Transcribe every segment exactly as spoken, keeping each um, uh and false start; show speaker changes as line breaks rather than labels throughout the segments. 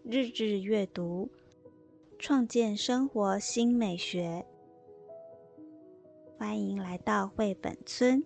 日日阅读，创建生活新美学。欢迎来到绘本村。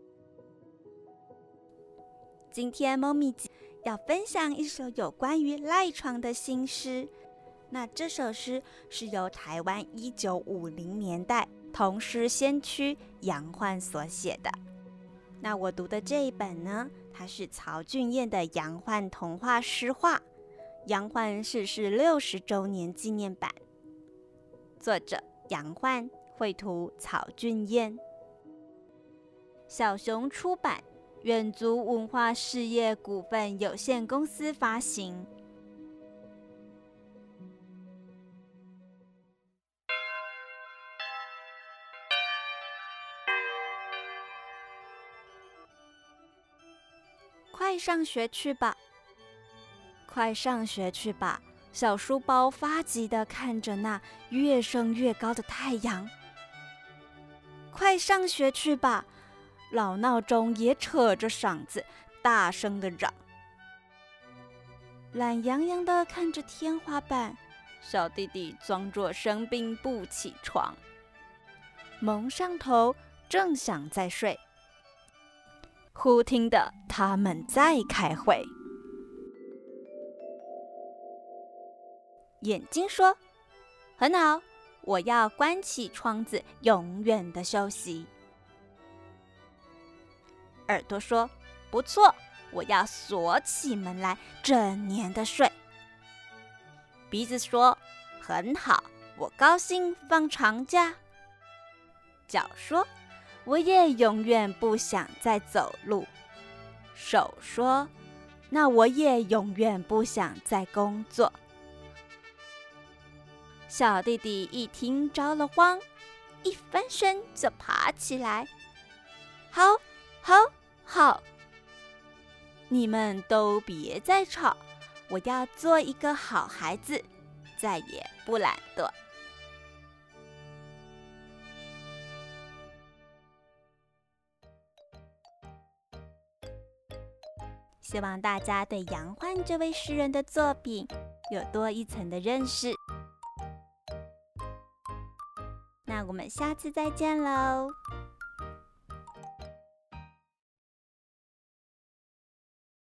今天猫咪要分享一首有关于赖床的新诗。那这首诗是由台湾一九五零年代童诗先驱杨焕所写的。那我读的这一本呢，它是曹俊彦的杨焕童话诗话，杨焕逝世六十周年纪念版，作者杨焕，绘图曹俊彦，小熊出版，远足文化事业股份有限公司发行。快上学去吧，快上学去吧！小书包发急地看着那越升越高的太阳。快上学去吧！老闹钟也扯着嗓子大声地嚷。懒洋洋地看着天花板，小弟弟装作生病不起床，蒙上头正想再睡，忽听得他们在开会。眼睛说：很好，我要关起窗子，永远的休息。耳朵说：不错，我要锁起门来，整年的睡。鼻子说：很好，我高兴放长假。脚说：我也永远不想再走路。手说：那我也永远不想再工作。小弟弟一听着了慌，一翻身就爬起来。好，好，好，你们都别再吵，我要做一个好孩子，再也不懒惰。希望大家对杨焕这位诗人的作品有多一层的认识。那我们下次再见喽。